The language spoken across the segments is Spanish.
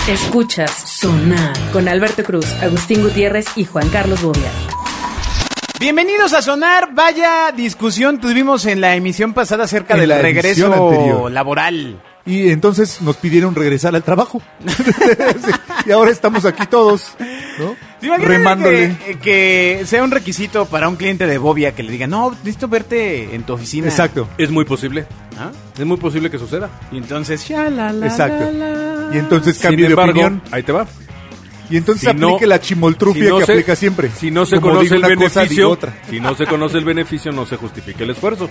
Escuchas Sonar con Alberto Cruz, Agustín Gutiérrez y Juan Carlos Bobia. Bienvenidos a Sonar. Vaya discusión tuvimos en la emisión pasada acerca del regreso laboral. Y entonces nos pidieron regresar al trabajo. Y ahora estamos aquí todos, ¿no? Remándole. Que sea un requisito para un cliente de Bobia que le diga, no, necesito verte en tu oficina. Exacto. Es muy posible. ¿Ah? Es muy posible que suceda. Y entonces, exacto. Y entonces cambie de opinión. Ahí te va. Y entonces aplique la chimoltrufia que aplica siempre. Si no se conoce el beneficio, si no se conoce el beneficio, no se justifica el esfuerzo.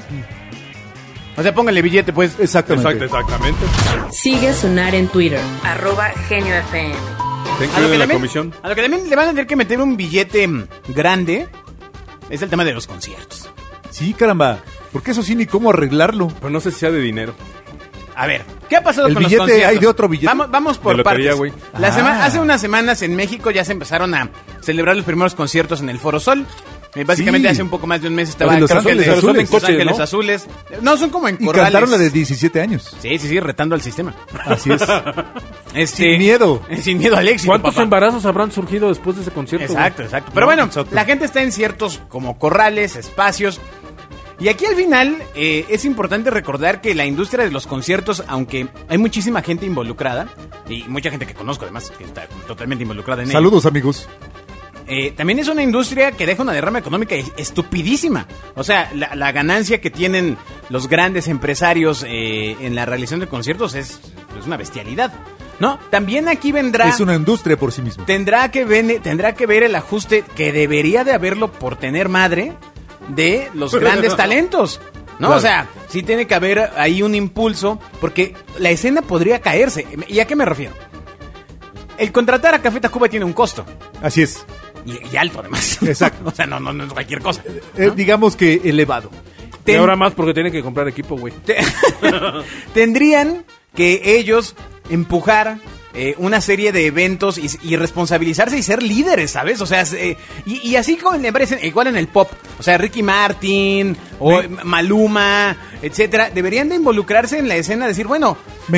O sea, póngale billete, pues. Exactamente. Exactamente. Sigue Sonar en Twitter, @GenioFM. A lo que también le van a tener que meter un billete grande es el tema de los conciertos. Sí, caramba. Porque eso sí, ni cómo arreglarlo. Pero no sé si sea de dinero. A ver, ¿qué ha pasado con los conciertos? El billete, hay de otro billete. Vamos por lotería, partes. Hace unas semanas en México ya se empezaron a celebrar los primeros conciertos en el Foro Sol. Básicamente hace un poco más de un mes estaba Los Ángeles Azules. No, son como en corrales. Y cantaron la de 17 años. Sí, retando al sistema. Así es. Sin miedo. Sin miedo al éxito. ¿Cuántos embarazos habrán surgido después de ese concierto? Exacto. Pero bueno, la gente está en ciertos como corrales, espacios. Y aquí al final es importante recordar que la industria de los conciertos, aunque hay muchísima gente involucrada, y mucha gente que conozco además, que está totalmente involucrada en ello. Saludos, amigos. También es una industria que deja una derrama económica estupidísima. O sea, la ganancia que tienen los grandes empresarios en la realización de conciertos es una bestialidad, ¿no? También aquí vendrá... Es una industria por sí misma. Tendrá que ver el ajuste que debería de haberlo por tener madre de los grandes talentos, ¿no? Claro. O sea, sí tiene que haber ahí un impulso, porque la escena podría caerse. ¿Y a qué me refiero? El contratar a Café Tacuba tiene un costo. Así es. Y alto, además. Exacto. O sea, no es cualquier cosa, ¿no? Digamos que elevado. Y ahora más porque tienen que comprar equipo, güey. Tendrían que ellos empujar una serie de eventos y responsabilizarse y ser líderes, ¿sabes? O sea, y así como igual en el pop, o sea, Ricky Martin o Maluma, etcétera, deberían de involucrarse en la escena, decir, bueno, me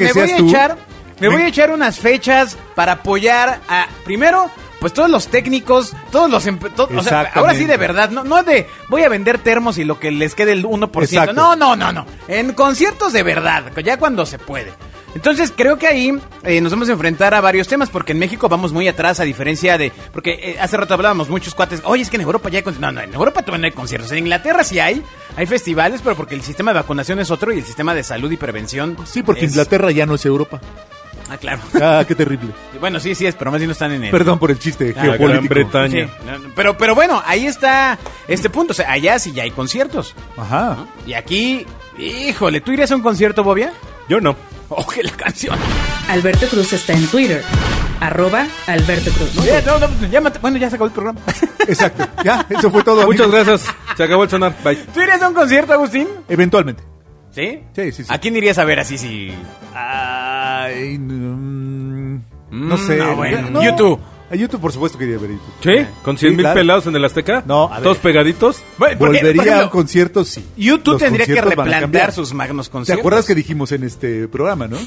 voy a echar unas fechas para apoyar a, primero, pues todos los técnicos, o sea, ahora sí de verdad, no de voy a vender termos y lo que les quede el 1%. Exacto. No. En conciertos de verdad, ya cuando se puede. Entonces creo que ahí nos vamos a enfrentar a varios temas, porque en México vamos muy atrás, a diferencia de... Porque hace rato hablábamos muchos cuates, oye, es que en Europa ya hay conciertos. No, en Europa todavía no hay conciertos. En Inglaterra sí hay festivales, pero porque el sistema de vacunación es otro y el sistema de salud y prevención... Sí, porque Inglaterra ya no es Europa. Ah, claro. Ah, qué terrible. Bueno, sí es, pero más bien no están en el... Perdón por el chiste geopolítico. Gran Bretaña. Sí, pero bueno, ahí está este punto. O sea, allá sí ya hay conciertos. Ajá. ¿No? Y aquí, híjole, ¿tú irías a un concierto, Bobia? Yo no. Oje la canción. Alberto Cruz está en Twitter, @Alberto Cruz. Bueno, ya se acabó el programa. Exacto, ya, eso fue todo. Muchas gracias, se acabó el Sonar, bye. ¿Tú irías a un concierto, Agustín? Eventualmente. ¿Sí? Sí. ¿A quién irías a ver así si...? Ay, no sé. No, bueno. YouTube. A YouTube, por supuesto que iría a ver YouTube. ¿Sí? ¿Con 100,000 pelados en el Azteca? No, ¿Todos pegaditos? Volvería a un concierto, sí. YouTube tendría que replantear sus magnos conciertos. ¿Te acuerdas que dijimos en este programa, no?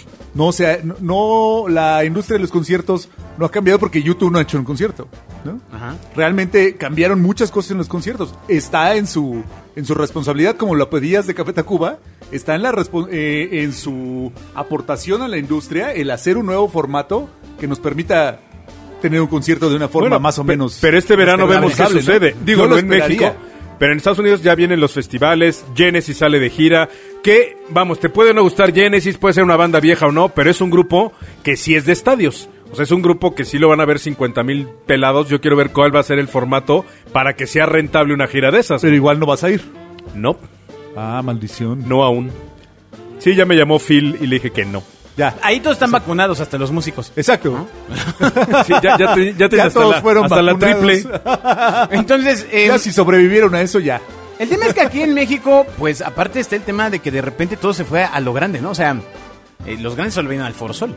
No, la industria de los conciertos no ha cambiado porque YouTube no ha hecho un concierto, ¿no? Ajá. Realmente cambiaron muchas cosas en los conciertos. Está en su responsabilidad, como lo pedías de Café Tacuba, está en su aportación a la industria el hacer un nuevo formato que nos permita tener un concierto de una forma más o menos... Pero este verano vemos qué sucede. ¿No? Digo, no en México, pero en Estados Unidos ya vienen los festivales, Genesis sale de gira, que, vamos, te puede no gustar Genesis, puede ser una banda vieja o no, pero es un grupo que sí es de estadios. O sea, es un grupo que sí lo van a ver 50,000 pelados. Yo quiero ver cuál va a ser el formato para que sea rentable una gira de esas. Pero igual no vas a ir. No. Ah, maldición. No aún. Sí, ya me llamó Phil y le dije que no. Ya. Ahí todos están vacunados, hasta los músicos. Exacto. ¿No? Sí, ya todos fueron hasta vacunados. La triple. Entonces, ya si sobrevivieron a eso, ya. El tema es que aquí en México, pues aparte está el tema de que de repente todo se fue a lo grande, ¿no? O sea, los grandes solo vienen al Foro Sol.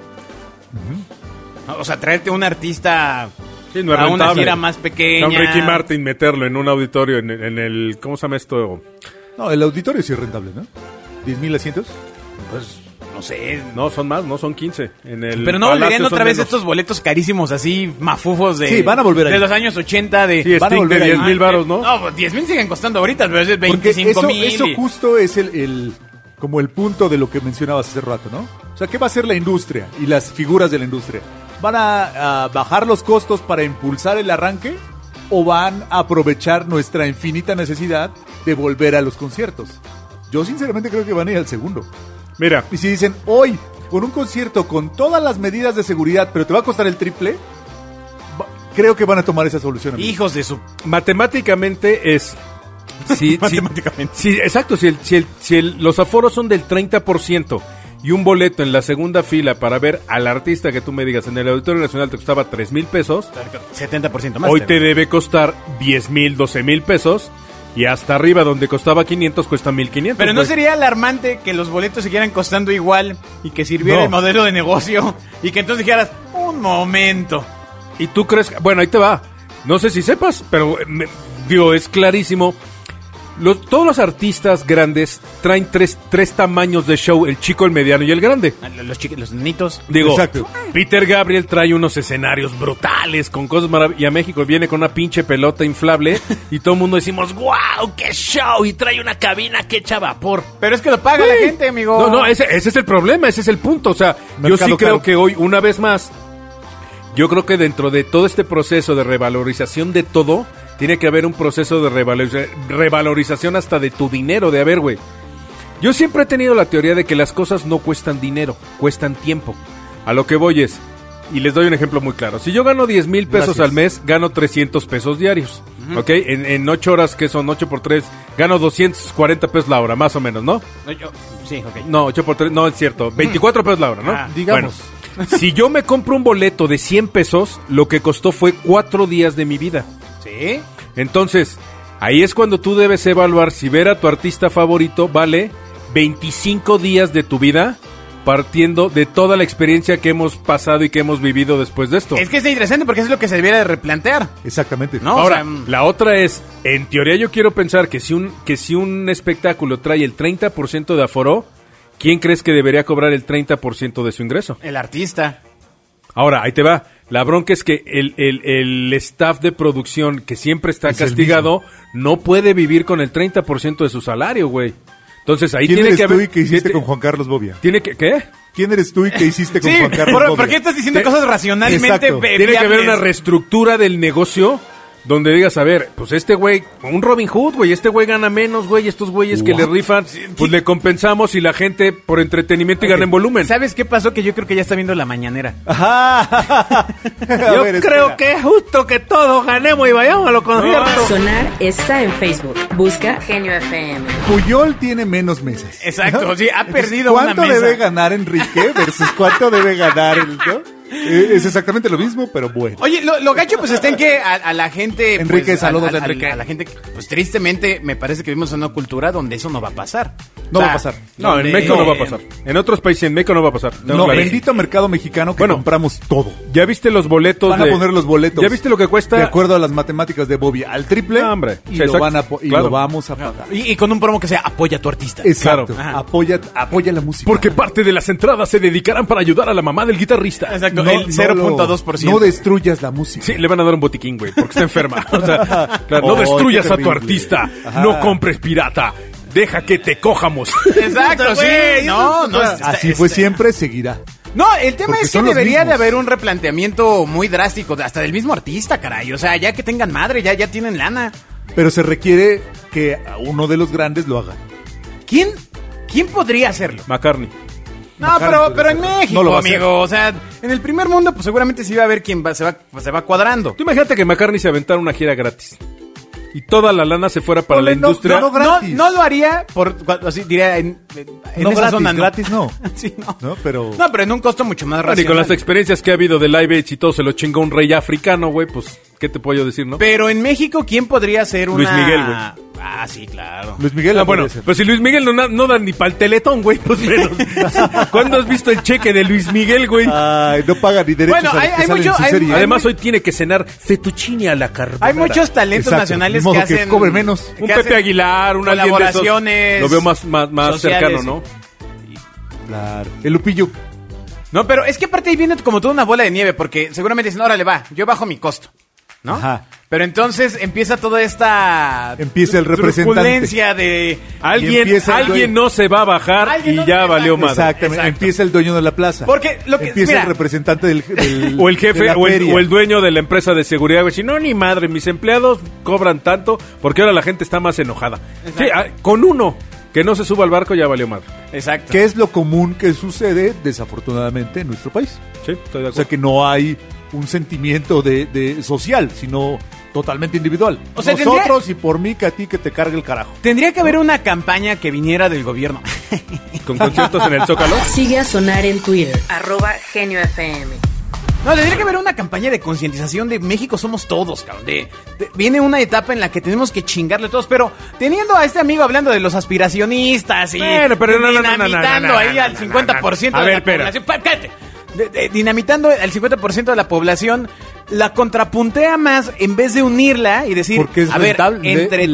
O sea, traerte un artista sí, no es a una gira más pequeña. Un Ricky Martin, meterlo en un auditorio, en el... ¿Cómo se llama esto? No, el auditorio sí es rentable, ¿no? ¿10,000 asientos? Pues... no sé. No, son más, no son 15. Pero no volverían otra vez estos boletos carísimos así, mafufos de... Sí, van a volver ahí. De los años 80 de... Sí, van a Sting volver de ahí. 10,000 varos, ¿no? No, 10,000 siguen costando ahorita, pero es Porque 25,000. eso justo es como el punto de lo que mencionabas hace rato, ¿no? O sea, ¿qué va a hacer la industria y las figuras de la industria? ¿Van a bajar los costos para impulsar el arranque o van a aprovechar nuestra infinita necesidad de volver a los conciertos? Yo sinceramente creo que van a ir al segundo. Mira, Y si dicen, hoy, por un concierto con todas las medidas de seguridad, pero te va a costar el triple, creo que van a tomar esa solución. amigo. Hijos de su... matemáticamente es... Sí, Matemáticamente. Sí, exacto. Si los aforos son del 30% y un boleto en la segunda fila para ver al artista que tú me digas en el Auditorio Nacional te costaba 3,000 pesos, 70% más. hoy te debe costar 10,000, 12,000 pesos. Y hasta arriba, donde costaba 500, cuesta 1,500. Pero no güey. sería alarmante que los boletos siguieran costando igual y que sirviera No. el modelo de negocio y que entonces dijeras, un momento. ¿Y tú crees? Bueno, ahí te va. No sé si sepas, pero digo, es clarísimo. Todos los artistas grandes traen tres tamaños de show, el chico, el mediano y el grande. Los nitos. Digo, Exacto. Peter Gabriel trae unos escenarios brutales con cosas maravillosas. Y a México viene con una pinche pelota inflable y todo el mundo decimos, ¡wow! ¡Qué show! Y trae una cabina que echa vapor. Pero es que lo paga la gente, amigo. No, ese es el problema, ese es el punto. O sea, yo Mercado sí creo caro. que hoy, una vez más, yo creo que dentro de todo este proceso de revalorización de todo, tiene que haber un proceso de revalorización hasta de tu dinero, de haber, güey. Yo siempre he tenido la teoría de que las cosas no cuestan dinero, cuestan tiempo. A lo que voy es, y les doy un ejemplo muy claro. Si yo gano 10,000 pesos Gracias. al mes, gano 300 pesos diarios. ¿Ok? En 8 horas, que son 8 por 3, gano 240 pesos la hora, más o menos, ¿no? Sí, ok. No, 8 por 3, no es cierto. 24 pesos la hora, ¿no? Ah, digamos. Bueno, si yo me compro un boleto de 100 pesos, lo que costó fue 4 días de mi vida. Sí. Entonces, ahí es cuando tú debes evaluar si ver a tu artista favorito vale 25 días de tu vida, partiendo de toda la experiencia que hemos pasado y que hemos vivido después de esto. Es que es interesante porque es lo que se debiera de replantear. Exactamente. ¿No? Ahora, O sea, la otra es, en teoría yo quiero pensar que si un espectáculo trae el 30% de aforo, ¿quién crees que debería cobrar el 30% de su ingreso? el artista. Ahora, ahí te va. La bronca es que el staff de producción, que siempre está Es el castigado, no puede vivir con el 30% de su salario, güey. Entonces ahí ¿Quién tiene eres que tú haber... y qué hiciste con Juan Carlos Bobia? Tiene que... ¿Qué? ¿Quién eres tú y qué hiciste con Sí, Juan Carlos Bobia? ¿por qué estás diciendo cosas racionalmente Exacto. Tiene que haber una viables? reestructura del negocio donde digas, a ver, pues este güey, un Robin Hood, güey, este güey gana menos, güey, estos güeyes que le rifan, pues le compensamos y la gente por entretenimiento y gana en volumen. ¿Sabes qué pasó? Que yo creo que ya está viendo la mañanera. Ajá. Yo creo que es justo que todos ganemos y vayamos a los conciertos. Sonar está en Facebook. Busca Genio FM. Puyol tiene menos meses. Exacto, sí, ha Entonces, perdido una ¿cuánto mesa. debe ganar Enrique versus cuánto debe ganar el... ¿no? Es exactamente lo mismo, pero bueno. Oye, lo gacho pues está en que a la gente... Enrique, pues, saludos, a Enrique. la gente, pues tristemente me parece que vivimos en una cultura donde eso no va a pasar. No va a pasar. No, en donde- México no va a pasar. En otros países en México no va a pasar. No, Claro. bendito mercado mexicano que Bueno, compramos todo. ¿Ya viste los boletos? Van a poner los boletos. ¿Ya viste lo que cuesta? De acuerdo a las matemáticas de Bobia, al triple. Ah, hombre. Y, Sí, lo, exacto. van a y Claro. lo vamos a pagar. Y con un promo que sea apoya a tu artista. Exacto. Ajá. Apoya la música. Porque parte de las entradas se dedicarán para ayudar a la mamá del guitarrista. Exacto, el 0.2%. No destruyas la música. Sí, le van a dar un botiquín, güey, porque está enferma. O sea, claro, no Oh, destruyas qué a tu terrible. artista. Ajá. No compres pirata. Deja que te cojamos. Exacto, sí. No, no. Así fue siempre, seguirá. No, el tema Porque es que son los debería de mismos. haber un replanteamiento muy drástico, hasta del mismo artista, caray. O sea, ya que tengan madre, ya tienen lana. Pero se requiere que uno de los grandes lo haga. ¿Quién podría hacerlo? McCartney. No, McCartney pero en podría hacerlo. México, No lo va a hacer. amigo. O sea, en el primer mundo, pues seguramente sí va a haber quien se va cuadrando. Tú imagínate que McCartney se aventara una gira gratis. Y toda la lana se fuera para la No, industria. no, gratis. No lo haría así diría en No esa gratis, zona no. gratis no. Sí, no. No, pero... No, pero en un costo mucho más Bueno, y racional. con las experiencias que ha habido de Live Edge y todo, se lo chingó un rey africano, güey, pues, ¿qué te puedo yo decir, no? Pero en México, ¿quién podría ser una... Luis Miguel, güey. Ah, sí, claro. Luis Miguel Ah, lo bueno, podría hacer. pues si Luis Miguel no da ni para el Teletón, güey, pues menos. ¿Cuándo has visto el cheque de Luis Miguel, güey? Ay, no paga ni derechos Bueno, a los hay que salen mucho- en su hay- serie. Además, hoy tiene que cenar fettuccine a la carbonara. Hay muchos talentos Exacto, nacionales ni modo que que hacen... cobre menos. Un que Pepe hacen Aguilar, un alguien de esos. colaboraciones Lo veo más sociales, cercano, sí. ¿no? Claro. El Lupillo. No, pero es que aparte ahí viene como toda una bola de nieve, porque seguramente dicen, órale, va, yo bajo mi costo, ¿no? Ajá. Pero entonces empieza toda esta... Empieza el representante. turbulencia de... Alguien no se va a bajar Alguien y no ya se- valió madre. Exactamente. Exacto. Empieza el dueño de la plaza. Porque lo que... Empieza mira, el representante del O el jefe, de la o feria. el dueño de la empresa de seguridad, güey. Si no, ni madre, mis empleados cobran tanto porque ahora la gente está más enojada. Exacto. Sí, con uno que no se suba al barco ya valió madre. Exacto. ¿Qué es lo común que sucede, desafortunadamente, en nuestro país? Sí, estoy de O sea acuerdo. que no hay un sentimiento de social, sino totalmente individual. O sea, nosotros y por mí que a ti que te cargue el carajo. Tendría que haber una campaña que viniera del gobierno. Con conciertos en el Zócalo. Sigue a Sonar en Twitter, @GenioFM. No, tendría que haber una campaña de concientización de México somos todos, cabrón. Viene una etapa en la que tenemos que chingarle todos, pero teniendo a este amigo hablando de los aspiracionistas y Bueno, pero no, dinamitando ahí al 50% A de ver, la espera. población. Cállate. Dinamitando al 50% de la población, la contrapuntea más en vez de unirla y decir, Porque es a ver, rentable, entre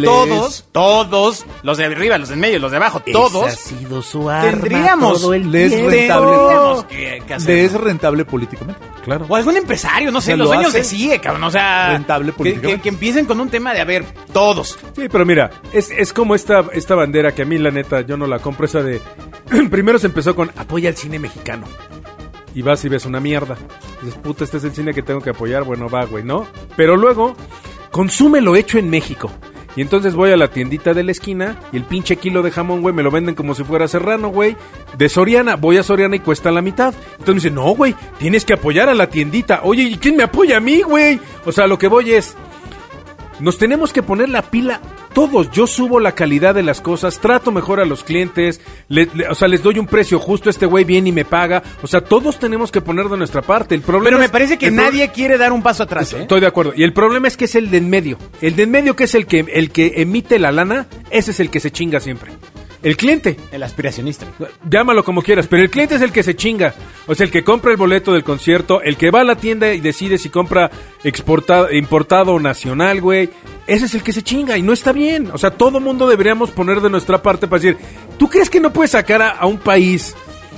todos, los de arriba, los de en medio, los de abajo, todos, Esa ha sido su arma tendríamos, todo el les tiempo. rentable. que Le hacerlo. es rentable políticamente. Claro. O algún empresario, no sé, Se los lo dueños hace de CIE, cabrón, o sea... rentable políticamente. que empiecen con un tema de, a ver, todos. Sí, pero mira, es como esta bandera que a mí, la neta, yo no la compro, esa de... Primero se empezó con apoya al cine mexicano. Y vas y ves una mierda. Y dices, puta, este es el cine que tengo que apoyar. Bueno, va, güey, ¿no? Pero luego, consume lo hecho en México. Y entonces voy a la tiendita de la esquina y el pinche kilo de jamón, güey, me lo venden como si fuera serrano, güey. De Soriana, voy a Soriana y cuesta la mitad. Entonces me dice, no, güey, tienes que apoyar a la tiendita. Oye, ¿y quién me apoya a mí, güey? O sea, lo que voy es... Nos tenemos que poner la pila todos. Yo subo la calidad de las cosas, trato mejor a los clientes, o sea, les doy un precio justo, este güey viene y me paga. O sea, todos tenemos que poner de nuestra parte. El problema Pero me es- parece que el nadie quiere dar un paso atrás, ¿eh? Estoy de acuerdo. Y el problema es que es el de en medio. El de en medio, que es el que emite la lana, ese es el que se chinga siempre. El cliente. El aspiracionista. Llámalo como quieras, pero el cliente es el que se chinga. O sea, el que compra el boleto del concierto, el que va a la tienda y decide si compra importado o nacional, güey. Ese es el que se chinga y no está bien. O sea, todo mundo deberíamos poner de nuestra parte para decir, ¿tú crees que no puedes sacar a un país?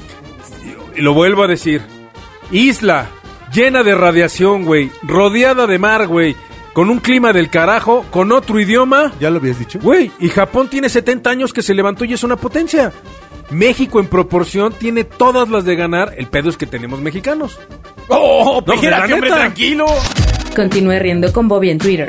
Y lo vuelvo a decir. Isla, llena de radiación, güey. Rodeada de mar, güey. Con un clima del carajo, con otro idioma. ¿Ya lo habías dicho? Güey, y Japón tiene 70 años que se levantó y es una potencia. México en proporción tiene todas las de ganar. El pedo es que tenemos mexicanos. ¡Oh, No, espera, la que hombre, neta. tranquilo! Continúe riendo con Bobia en Twitter,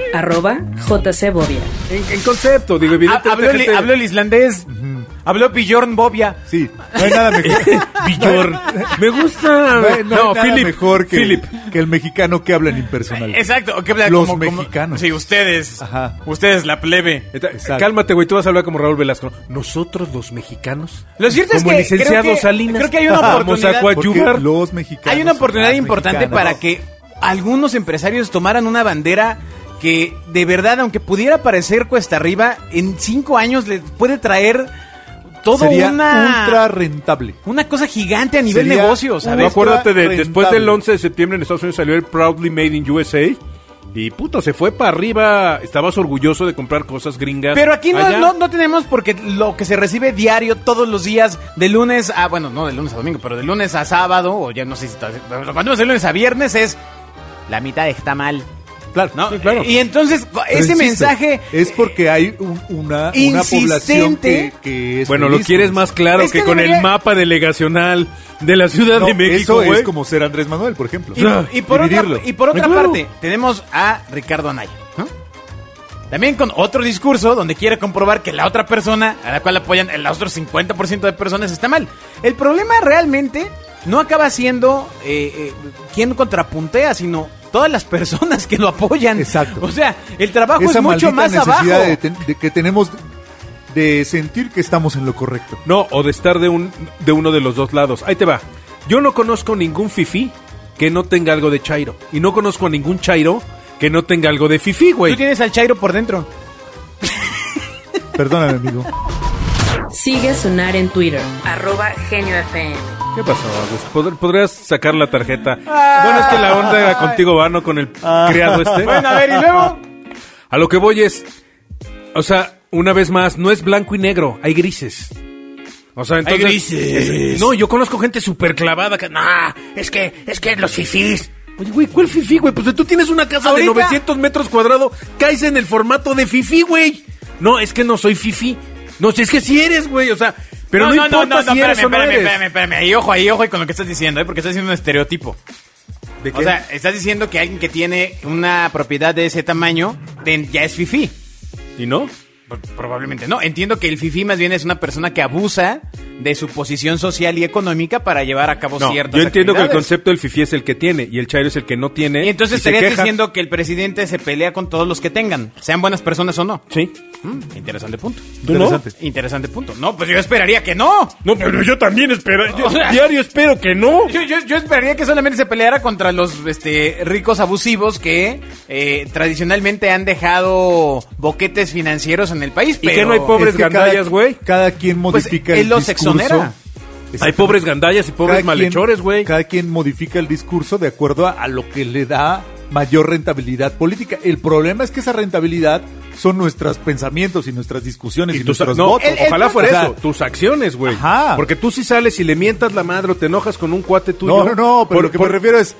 @JCBobia. En concepto, digo, evidentemente. Habló el islandés. Habló Bjorn Bobia. Sí. No hay nada mejor. Bjorn. Me gusta. No hay nada Philip. mejor que, Philip. que el mexicano que habla en impersonal. Exacto. Que habla Los como mexicanos. Sí, ustedes. Ajá. Ustedes, la plebe. Exacto. Cálmate, güey, tú vas a hablar como Raúl Velasco. Nosotros, los mexicanos. Lo cierto es como que el licenciado creo que- Salinas. creo que hay una Vamos oportunidad. a Porque coadyuvar. los mexicanos. Hay una oportunidad las importante mexicanas. para que algunos empresarios tomaran una bandera que, de verdad, aunque pudiera parecer cuesta arriba, en 5 años les puede traer todo Sería ultra rentable. una cosa gigante a nivel Sería negocio, un- ¿sabes? No, acuérdate de rentable. después del 11 de septiembre en Estados Unidos salió el Proudly Made in USA. Y puto, se fue para arriba. Estabas orgulloso de comprar cosas gringas. Pero aquí allá. no tenemos, porque lo que se recibe diario, todos los días, de lunes a, bueno, no de lunes a domingo, pero de lunes a sábado, o ya no sé si, cuando es de lunes a viernes, es la mitad está mal. Claro, ¿No? sí, claro. Y entonces, Pero ese insisto, mensaje es porque hay una población insistente. que es Bueno, feliz lo quieres con más eso. claro Es que que con debería- el mapa delegacional de la Ciudad No, de México, eso güey. es como ser Andrés Manuel, por ejemplo. Y por Dividirlo. otra Claro. parte, tenemos a Ricardo Anaya, ¿no? También con otro discurso donde quiere comprobar que la otra persona, a la cual apoyan el otro 50% de personas, está mal. El problema realmente no acaba siendo quién contrapuntea, sino todas las personas que lo apoyan. Exacto. O sea, el trabajo Esa es mucho maldita más abajo. necesidad de que tenemos de sentir que estamos en lo correcto. No, o de estar de uno de los dos lados. Ahí te va. Yo no conozco ningún fifí que no tenga algo de chairo. Y no conozco a ningún chairo que no tenga algo de fifí, güey. Tú tienes al Chairo por dentro. Perdóname, amigo. Sigue a Sonar en Twitter, @GenioFM. ¿Qué pasó, Agus? ¿Podrías sacar la tarjeta? Bueno, es que la onda era contigo, va, no con el criado este. Bueno, a ver, y luego. A lo que voy es, o sea, una vez más, no es blanco y negro, hay grises. O sea, entonces... Hay grises. No, yo conozco gente súper clavada que... Nah, es que los fifís... Oye, güey, ¿cuál fifí, güey? Pues tú tienes una casa de 900 metros cuadrados, caes en el formato de fifí, güey. No, es que no soy fifí. No, es que sí eres, güey, o sea... Pero no importa si eres o no eres. Espérame. Ahí ojo con lo que estás diciendo, porque estás diciendo un estereotipo. ¿De qué? O sea, estás diciendo que alguien que tiene una propiedad de ese tamaño ya es fifí. ¿Y no? Pues, probablemente no. Entiendo que el fifí más bien es una persona que abusa de su posición social y económica para llevar a cabo ciertas yo entiendo que el actividades. concepto del fifí es el que tiene y el chairo es el que no tiene. Y entonces se estarías queja. diciendo que el presidente se pelea con todos los que tengan, sean buenas personas o no. Sí. Interesante punto. ¿Tú no? Interesante punto. No, pues yo esperaría que no. No, pero yo también espero. O sea, Diario espero que no. Yo esperaría que solamente se peleara contra los ricos abusivos que tradicionalmente han dejado boquetes financieros en el país. ¿Y pero que no hay pobres gandallas, güey? Cada quien modifica él el los discurso. exonera. Hay pobres gandallas y pobres malhechores, güey. Cada quien modifica el discurso de acuerdo a lo que le da mayor rentabilidad política. El problema es que esa rentabilidad son nuestros pensamientos y nuestras discusiones y nuestros votos. Ojalá fuera O sea, eso, tus acciones, güey. Ajá. Porque tú sí sales y le mientas la madre o te enojas con un cuate tuyo. No, pero lo que me refiero es,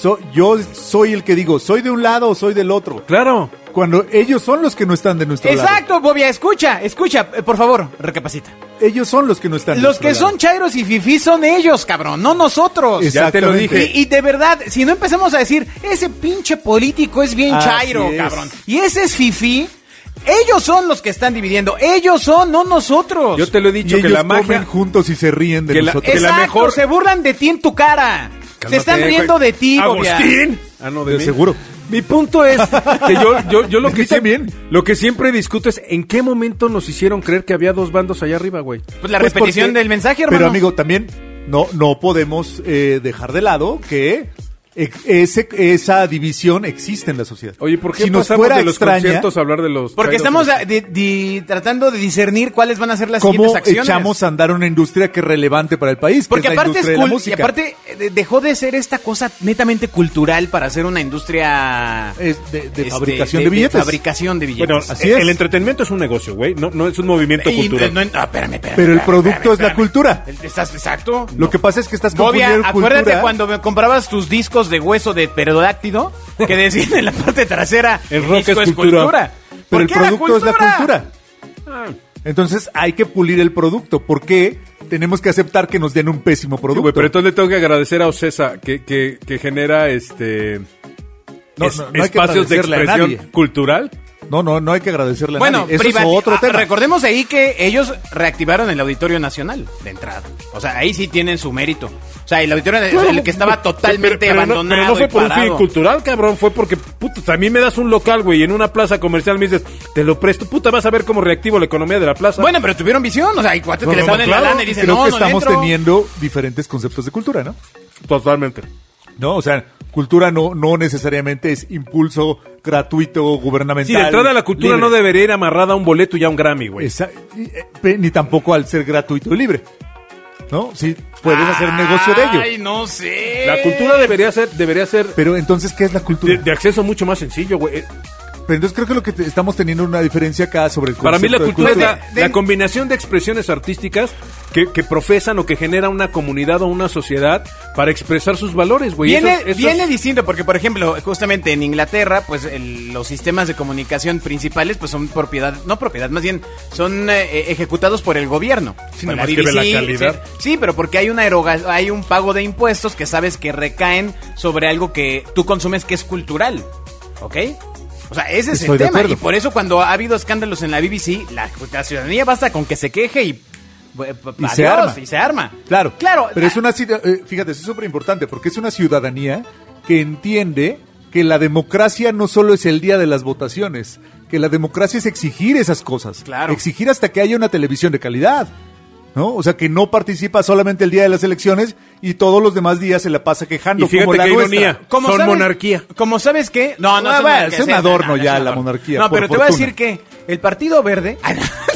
yo soy el que digo, ¿soy de un lado o soy del otro? Claro. Cuando ellos son los que no están de nuestro lado. Exacto, Bobia, escucha, por favor, recapacita. Ellos son los que no están de Los nuestro que lado. son chairos y fifís son ellos, cabrón, no nosotros. Ya te lo dije. Y de verdad, si no empezamos a decir, ese pinche político es bien Así chairo, es. cabrón, y ese es fifí, ellos son los que están dividiendo, ellos son, no nosotros. Yo te lo he Y dicho que ellos la magia... comen juntos y se ríen de que la- nosotros. que la Exacto, mejor- se burlan de ti en tu cara. Se Cálmate, están riendo güey. de ti, Bobia. Agustín. Ah, no, de mí. Seguro. Mi punto es que yo lo De que mí también. lo que siempre discuto es en qué momento nos hicieron creer que había dos bandos allá arriba, güey. Pues la Pues repetición porque- del mensaje, hermano. Pero amigo, también no podemos dejar de lado que esa división existe en la sociedad. Oye, ¿por qué si nos pasamos fuera de los extraña, conciertos a hablar de los Porque chairos? estamos tratando de discernir cuáles van a ser las ¿cómo siguientes acciones. echamos a andar una industria que es relevante para el país? Porque que es la aparte es industria de la cool, y música? aparte dejó de ser esta cosa netamente cultural para ser una industria Es de fabricación de billetes. fabricación de billetes. Bueno, Así es. el entretenimiento es un negocio, güey, no es un movimiento Y cultural. espérame. Pero el producto es la cultura. ¿Estás exacto? Lo que pasa es que estás Bobia, confundiendo acuérdate cultura. cuando me comprabas tus discos de hueso de pterodáctilo que decían en la parte trasera El rock disco es cultura. Pero ¿Por el qué la producto es la cultura. Ah, Entonces hay que pulir el producto. ¿Por qué tenemos que aceptar que nos den un pésimo sí, producto? güey, pero entonces le tengo que agradecer a Ocesa que genera No hay que espacios de agradecerle a expresión nadie. cultural. No hay que agradecerle a Bueno, nadie. Eso es otro tema. recordemos ahí que ellos reactivaron el Auditorio Nacional de entrada. O sea, ahí sí tienen su mérito. O sea, el Auditorio Nacional, el que estaba totalmente Pero abandonado. pero no fue y por un fin parado. cultural, cabrón. Fue porque, puta, también me das un local, güey, y en una plaza comercial me dices, te lo presto, puta, vas a ver cómo reactivo la economía de la plaza. Bueno, pero tuvieron visión. O sea, hay cuates que le ponen claro, la lana y dicen, Creo no, que no estamos entro. teniendo diferentes conceptos de cultura, ¿no? Totalmente. No, o sea, cultura no necesariamente es impulso gratuito, gubernamental. Sí, de entrada la cultura libre. no debería ir amarrada a un boleto y a un Grammy, güey. Ni tampoco al ser gratuito y libre. ¿No? Sí, puedes hacer un negocio de ello. Ay, no sé. La cultura debería ser Pero entonces, ¿qué es la cultura? de acceso mucho más sencillo, güey. Pero entonces creo que lo que estamos teniendo una diferencia acá sobre el concepto Para mí la de cultura es la de- combinación de expresiones artísticas que profesan o que genera una comunidad o una sociedad para expresar sus valores, güey. Viene, Eso es- viene distinto porque, por ejemplo, justamente en Inglaterra, pues los sistemas de comunicación principales pues son más bien son ejecutados por el gobierno. Sí, Por nada más que ve la calidad. Sí, pero porque hay hay un pago de impuestos que sabes que recaen sobre algo que tú consumes que es cultural, ¿ok? O sea, ese es Estoy el de tema. acuerdo. Y por eso cuando ha habido escándalos en la BBC, la ciudadanía basta con que se queje y se arma. Y se arma. Claro, Claro. Pero es una fíjate, eso es súper importante porque es una ciudadanía que entiende que la democracia no solo es el día de las votaciones, que la democracia es exigir esas cosas. Claro. Exigir hasta que haya una televisión de calidad. ¿No? O sea, que no participa solamente el día de las elecciones y todos los demás días se la pasa quejando Y fíjate como la qué nuestra. ironía. Son monarquía. Como sabes que... No, Ah, son bueno, monarquía, es un sí, adorno no, ya es un la adorno. monarquía, No, por pero te voy a fortuna. decir que el Partido Verde...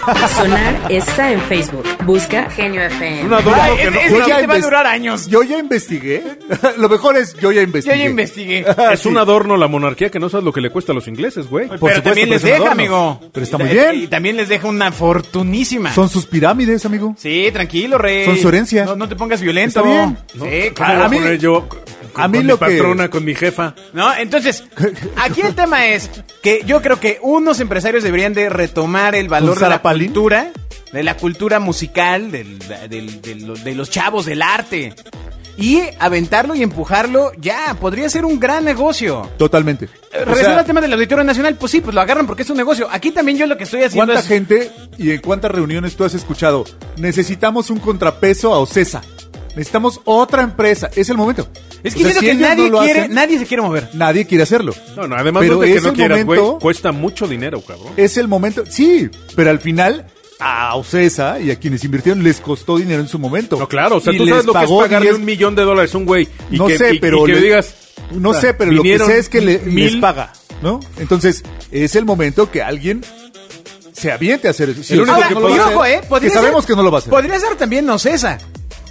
Sonar está en Facebook. Busca Genio FM. Una duda que no, Ese chiste va a durar años. Yo ya investigué. Lo mejor es yo ya investigué. Yo ya investigué. es un adorno la monarquía que no sabes lo que le cuesta a los ingleses, güey. Pero supuesto, también les pero es un deja, adorno. amigo. Pero está muy bien. Y también les deja una fortunísima. Son sus pirámides, amigo. Sí, tranquilo, rey. Son su herencia. No te pongas violento. Está bien. Sí, ¿Cómo claro. voy a a mí- poner yo con mí mi lo que- patrona, con mi jefa? ¿No? Entonces, aquí el tema es que yo creo que unos empresarios deberían de retomar el valor ¿Con de la Sarah Palin? cultura, de la cultura musical, de los chavos, del arte. Y aventarlo y empujarlo ya, podría ser un gran negocio. Totalmente. Regresando al tema del Auditorio Nacional, pues sí, pues lo agarran porque es un negocio. Aquí también yo lo que estoy haciendo ¿cuánta es... gente y en cuántas reuniones tú has escuchado? Necesitamos un contrapeso a Ocesa. Necesitamos otra empresa. Es el momento. Es que O sea, siento si que ellos nadie no lo quiere, hacen, nadie se quiere mover. nadie quiere hacerlo. No, además Pero no es de que es no el quieras, güey. momento- Cuesta mucho dinero, cabrón. Es el momento. Sí, pero al final a Ocesa y a quienes invirtieron les costó dinero en su momento. No, claro, o sea, Y tú les sabes lo que es pagó pagarle 10. $1 millón a un güey. Y No que, sé, y pero que le- digas... No sé, pero lo que vinieron sé es que les 1000. paga, ¿no? Entonces, es el momento que alguien se aviente a hacer eso. Si El único Ahora, que no puede lo va a ojo, hacer, podría que sabemos ser- que no lo va a hacer. Podría ser también Ocesa.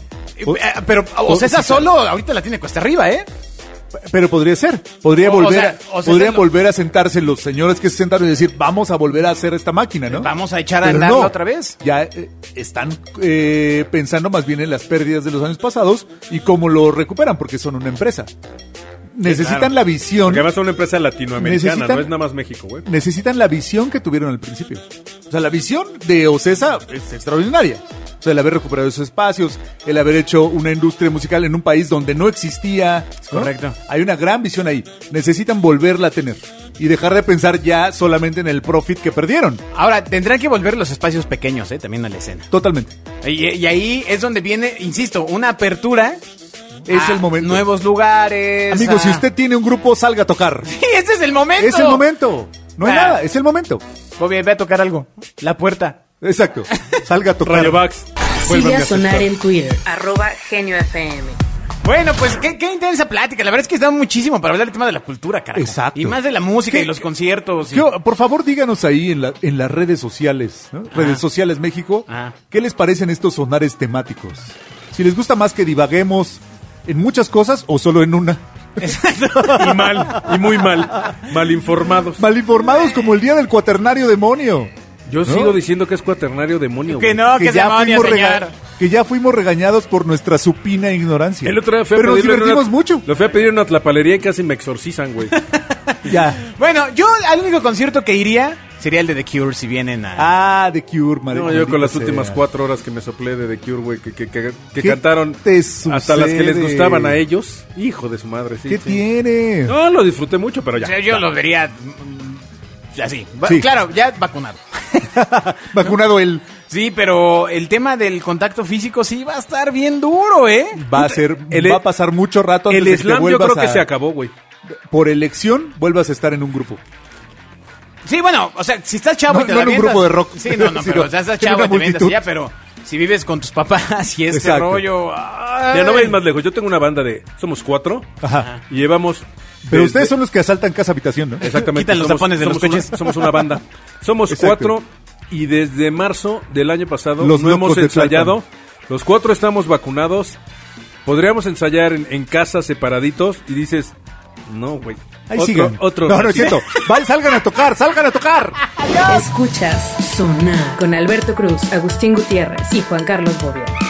Pero Ocesa sí, solo ahorita la tiene cuesta arriba, ¿eh? Pero podría ser. Podría O volver, sea, podrían lo- volver a sentarse los señores que se sentaron y decir, vamos a volver a hacer esta máquina, ¿no? Vamos a echar a Pero andarla no, otra vez. Ya están pensando más bien en las pérdidas de los años pasados y cómo lo recuperan, porque son una empresa. Necesitan claro. la visión. Porque además es una empresa latinoamericana, Necesitan- no es nada más México, güey. Necesitan la visión que tuvieron al principio. O sea, la visión de Ocesa es extraordinaria. O sea, el haber recuperado esos espacios, el haber hecho una industria musical en un país donde no existía. ¿no? Correcto. Hay una gran visión ahí. Necesitan volverla a tener. Y dejar de pensar ya solamente en el profit que perdieron. Ahora, tendrán que volver los espacios pequeños, también a la escena. Totalmente. Y ahí es donde viene, insisto, una apertura. Es a el momento. Nuevos lugares. Amigo, si usted tiene un grupo, salga a tocar. Sí, ese es el momento. Es el momento. No hay Ah. nada, es el momento. Bobby, ve a tocar algo. La puerta. Exacto. Salga a tocar. Radio Vax. Sigue Vuélvanme a Sonar aceptar. en Twitter. @Genio FM. Bueno, pues qué intensa plática. La verdad es que da muchísimo para hablar del tema de la cultura, carajo. Exacto. Y más de la música ¿Qué? y los conciertos. Por favor, díganos ahí en las redes sociales, ¿no? Redes sociales México, Ah. ¿qué les parecen estos sonares temáticos? Si les gusta más que divaguemos en muchas cosas o solo en una. Y mal, y muy mal. Mal informados. Mal informados como el día del cuaternario demonio. Yo sigo diciendo que es cuaternario demonio, Que güey. no, que se demonio, señor. que ya fuimos regañados por nuestra supina ignorancia. El otro día fui a Pero nos pedirlo en divertimos una- mucho. Lo fui a pedir en una tlapalería y casi me exorcizan, güey. Ya. Bueno, yo al único concierto que iría sería el de The Cure si vienen a... Ah, The Cure, madre. No, yo con las maldita últimas sea. 4 horas que me soplé de The Cure, güey, que ¿Qué cantaron te hasta las que les sucede? gustaban a ellos. Hijo de su madre, sí. ¿Qué sí. tiene? No, lo disfruté mucho, pero O ya. sea, yo lo vería así. Sí. Claro, ya vacunado. Vacunado él. Sí, pero el tema del contacto físico sí va a estar bien duro, ¿eh? Va a pasar mucho rato antes El de que te slam yo vuelvas creo que a- se acabó, güey. Por elección, vuelvas a estar en un grupo. Sí, bueno, o sea, si estás chavo No- y te no la en un avientas- grupo de rock. Sí, no, Sí, pero no, o sea, estás en chavo una y te avientas multitud. y ya, pero si vives con tus papás y este Exacto. rollo... Ya no vayas más lejos. Yo tengo una banda de... Somos 4 Ajá. y llevamos... Pero desde- ustedes son los que asaltan casa habitación, ¿no? Exactamente. Quitan los tapones de los somos coches. somos una banda. Somos Exacto. 4 y desde marzo del año pasado Los no hemos locos de ensayado. Tlalpan. Los 4 estamos vacunados. Podríamos ensayar en casa separaditos y dices, no, güey. Ahí sigan. No, no es cierto. Salgan a tocar, salgan a tocar. Escuchas Sonar con Alberto Cruz, Agustín Gutiérrez y Juan Carlos Bobia.